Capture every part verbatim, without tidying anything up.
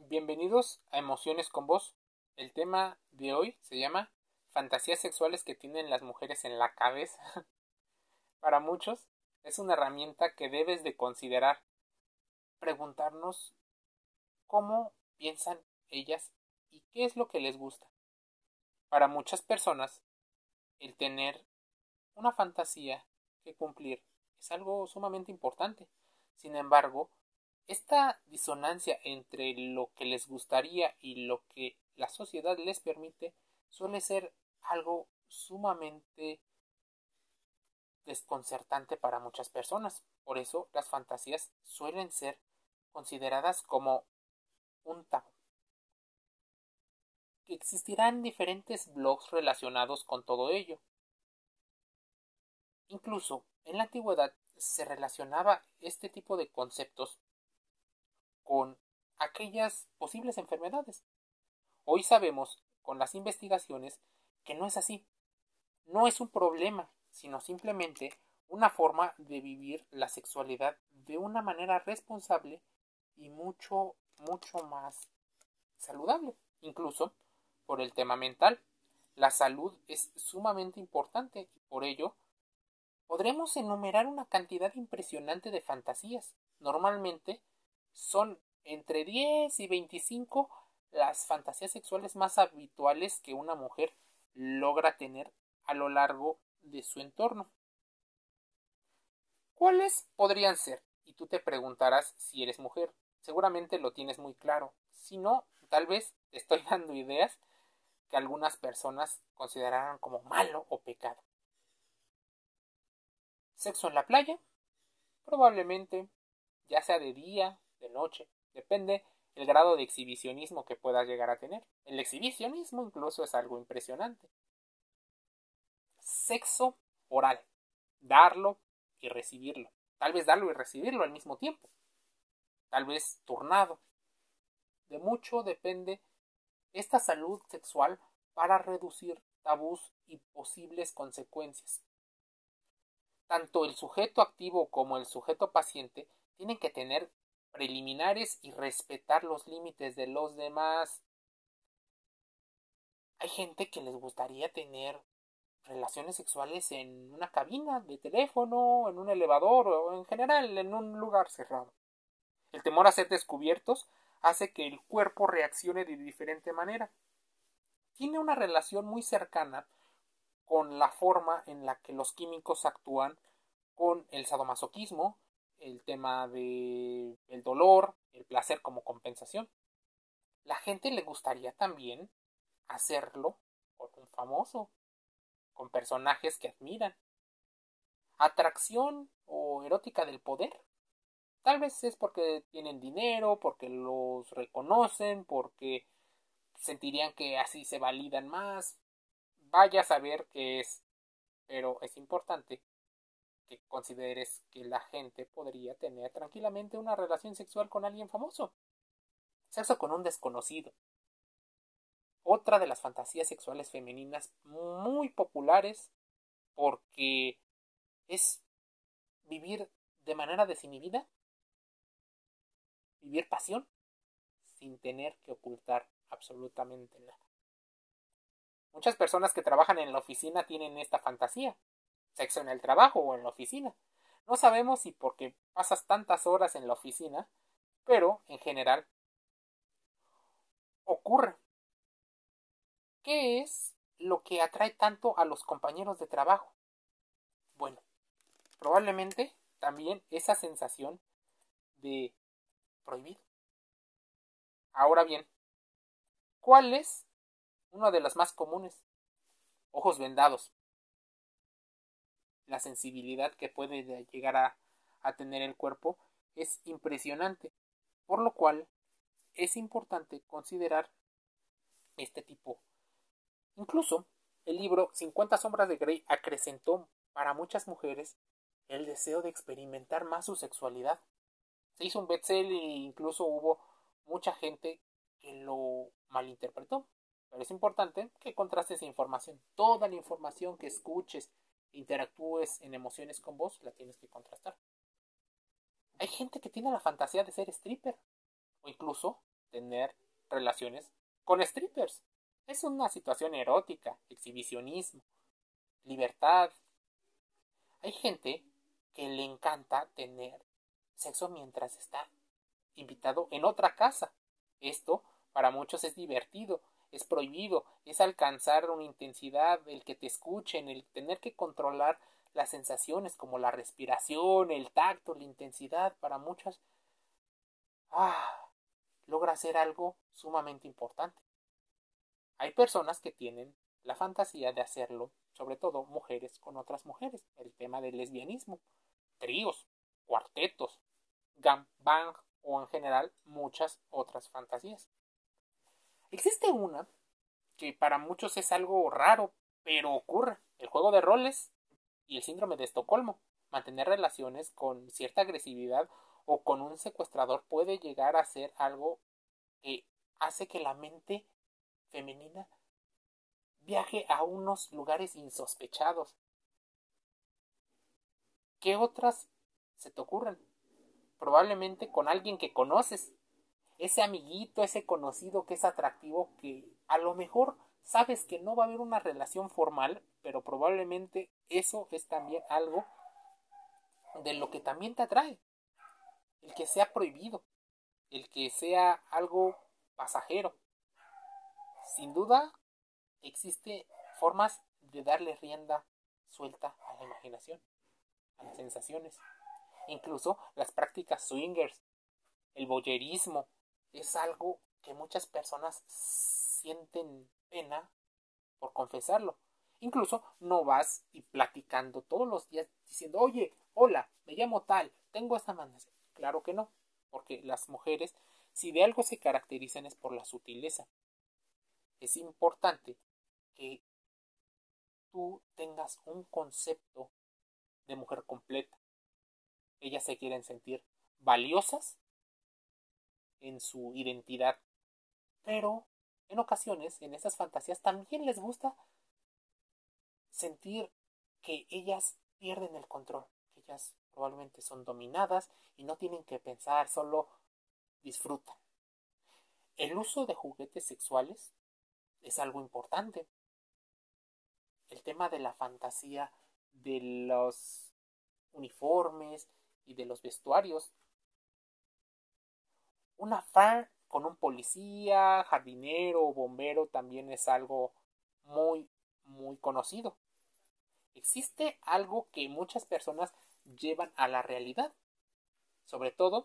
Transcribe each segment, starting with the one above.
Bienvenidos a Emociones con Vos. El tema de hoy se llama Fantasías sexuales que tienen las mujeres en la cabeza. Para muchos es una herramienta que debes de considerar. Preguntarnos cómo piensan ellas y qué es lo que les gusta. Para muchas personas, el tener una fantasía que cumplir es algo sumamente importante. Sin embargo, esta disonancia entre lo que les gustaría y lo que la sociedad les permite suele ser algo sumamente desconcertante para muchas personas. Por eso las fantasías suelen ser consideradas como un tabú. Existirán diferentes blogs relacionados con todo ello. Incluso en la antigüedad se relacionaba este tipo de conceptos con aquellas posibles enfermedades. Hoy sabemos, con las investigaciones, que no es así. No es un problema, sino simplemente una forma de vivir la sexualidad de una manera responsable y mucho, mucho más saludable. Incluso por el tema mental. La salud es sumamente importante y por ello podremos enumerar una cantidad impresionante de fantasías. Normalmente son entre diez y veinticinco las fantasías sexuales más habituales que una mujer logra tener a lo largo de su entorno. ¿Cuáles podrían ser? Y tú te preguntarás si eres mujer. Seguramente lo tienes muy claro. Si no, tal vez te estoy dando ideas que algunas personas considerarán como malo o pecado. Sexo en la playa, probablemente, ya sea de día, de noche, depende el grado de exhibicionismo que puedas llegar a tener. El exhibicionismo incluso es algo impresionante. Sexo oral, darlo y recibirlo. Tal vez darlo y recibirlo al mismo tiempo. Tal vez turnado. De mucho depende esta salud sexual para reducir tabús y posibles consecuencias. Tanto el sujeto activo como el sujeto paciente tienen que tener preliminares y respetar los límites de los demás. Hay gente que les gustaría tener relaciones sexuales en una cabina de teléfono, en un elevador o en general en un lugar cerrado. El temor a ser descubiertos hace que el cuerpo reaccione de diferente manera. Tiene una relación muy cercana con la forma en la que los químicos actúan con el sadomasoquismo, el tema de el dolor, el placer como compensación. La gente le gustaría también hacerlo con un famoso, con personajes que admiran. Atracción o erótica del poder. Tal vez es porque tienen dinero, porque los reconocen, porque sentirían que así se validan más. Vaya a saber qué es, pero es importante que consideres que la gente podría tener tranquilamente una relación sexual con alguien famoso. Sexo con un desconocido. Otra de las fantasías sexuales femeninas muy populares porque es vivir de manera desinhibida, vivir pasión sin tener que ocultar absolutamente nada. Muchas personas que trabajan en la oficina tienen esta fantasía. Sexo en el trabajo o en la oficina. No sabemos si porque pasas tantas horas en la oficina, pero en general ocurre. ¿Qué es lo que atrae tanto a los compañeros de trabajo? Bueno, probablemente también esa sensación de prohibido. Ahora bien, ¿cuál es uno de los más comunes? Ojos vendados. La sensibilidad que puede llegar a, a tener el cuerpo es impresionante, por lo cual es importante considerar este tipo. Incluso el libro cincuenta sombras de Grey acrecentó para muchas mujeres el deseo de experimentar más su sexualidad. Se hizo un bestseller e incluso hubo mucha gente que lo malinterpretó. Pero es importante que contrastes información. Toda la información que escuches, interactúes en Emociones con Vos, la tienes que contrastar. Hay gente que tiene la fantasía de ser stripper o incluso tener relaciones con strippers. Es una situación erótica, exhibicionismo, libertad. Hay gente que le encanta tener sexo mientras está invitado en otra casa. Esto para muchos es divertido, es prohibido, es alcanzar una intensidad, el que te escuchen, el tener que controlar las sensaciones como la respiración, el tacto, la intensidad. Para muchos ah, logra ser algo sumamente importante. Hay personas que tienen la fantasía de hacerlo, sobre todo mujeres con otras mujeres, el tema del lesbianismo, tríos, cuartetos, gangbang o en general muchas otras fantasías. Existe una que para muchos es algo raro, pero ocurre, el juego de roles y el síndrome de Estocolmo. Mantener relaciones con cierta agresividad o con un secuestrador puede llegar a ser algo que hace que la mente femenina viaje a unos lugares insospechados. ¿Qué otras se te ocurren? Probablemente con alguien que conoces, ese amiguito, ese conocido que es atractivo, que a lo mejor sabes que no va a haber una relación formal, pero probablemente eso es también algo de lo que también te atrae. El que sea prohibido, el que sea algo pasajero. Sin duda, existe formas de darle rienda suelta a la imaginación, a las sensaciones. Incluso las prácticas swingers, el voyerismo, es algo que muchas personas sienten pena por confesarlo. Incluso no vas y platicando todos los días diciendo, oye, hola, me llamo tal, tengo esta manera. Claro que no, porque las mujeres, si de algo se caracterizan es por la sutileza. Es importante que tú tengas un concepto de mujer completa. Ellas se quieren sentir valiosas en su identidad, pero en ocasiones, en esas fantasías, también les gusta sentir que ellas pierden el control, que ellas probablemente son dominadas y no tienen que pensar, solo disfrutan. El uso de juguetes sexuales es algo importante. El tema de la fantasía de los uniformes y de los vestuarios. Una fan con un policía, jardinero o bombero también es algo muy, muy conocido. Existe algo que muchas personas llevan a la realidad, sobre todo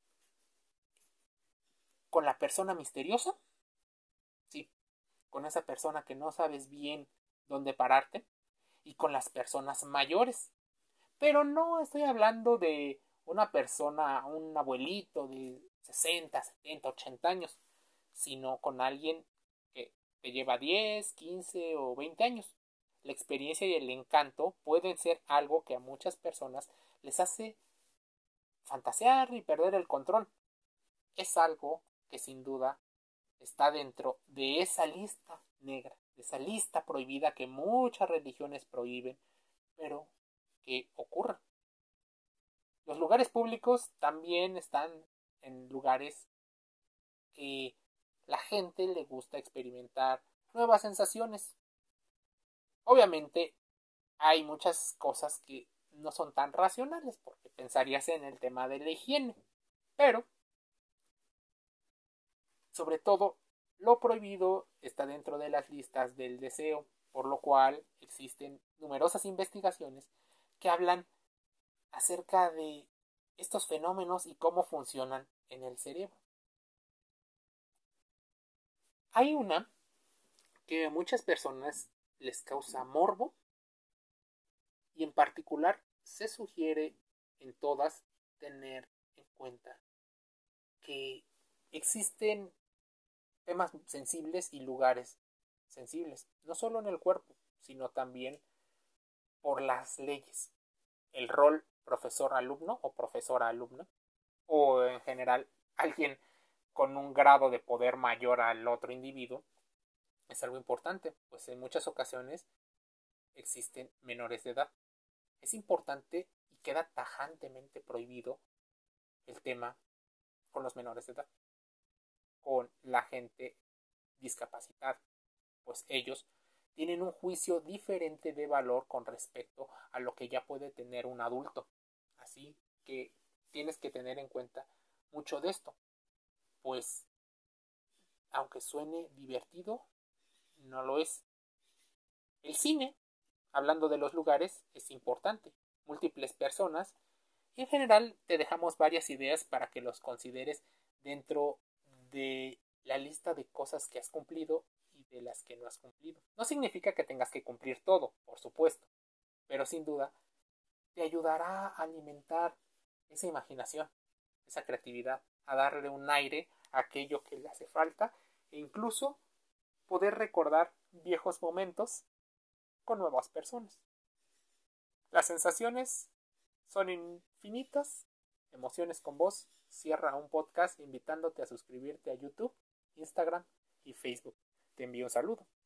con la persona misteriosa, sí, con esa persona que no sabes bien dónde pararte, y con las personas mayores. Pero no estoy hablando de una persona, un abuelito de sesenta, setenta, ochenta años, sino con alguien que te lleva diez, quince o veinte años. La experiencia y el encanto pueden ser algo que a muchas personas les hace fantasear y perder el control. Es algo que sin duda está dentro de esa lista negra, de esa lista prohibida que muchas religiones prohíben, pero que ocurre. Los lugares públicos también están en lugares que la gente le gusta experimentar nuevas sensaciones. Obviamente hay muchas cosas que no son tan racionales porque pensarías en el tema de la higiene, pero sobre todo lo prohibido está dentro de las listas del deseo, por lo cual existen numerosas investigaciones que hablan acerca de estos fenómenos y cómo funcionan en el cerebro. Hay una que a muchas personas les causa morbo y en particular se sugiere en todas tener en cuenta que existen temas sensibles y lugares sensibles, no solo en el cuerpo, sino también por las leyes. El rol profesor-alumno o profesora-alumno, o en general alguien con un grado de poder mayor al otro individuo, es algo importante, pues en muchas ocasiones existen menores de edad. Es importante y queda tajantemente prohibido el tema con los menores de edad. con la gente discapacitada, pues ellos tienen un juicio diferente de valor con respecto a lo que ya puede tener un adulto. Así que tienes que tener en cuenta mucho de esto, pues aunque suene divertido, no lo es. El cine, hablando de los lugares, es importante. Múltiples personas. En general, te dejamos varias ideas para que los consideres dentro de la lista de cosas que has cumplido y de las que no has cumplido. No significa que tengas que cumplir todo, por supuesto, pero sin duda te ayudará a alimentar esa imaginación, esa creatividad, a darle un aire a aquello que le hace falta e incluso poder recordar viejos momentos con nuevas personas. Las sensaciones son infinitas. Emociones con Voz cierra un podcast invitándote a suscribirte a YouTube, Instagram y Facebook. Te envío un saludo.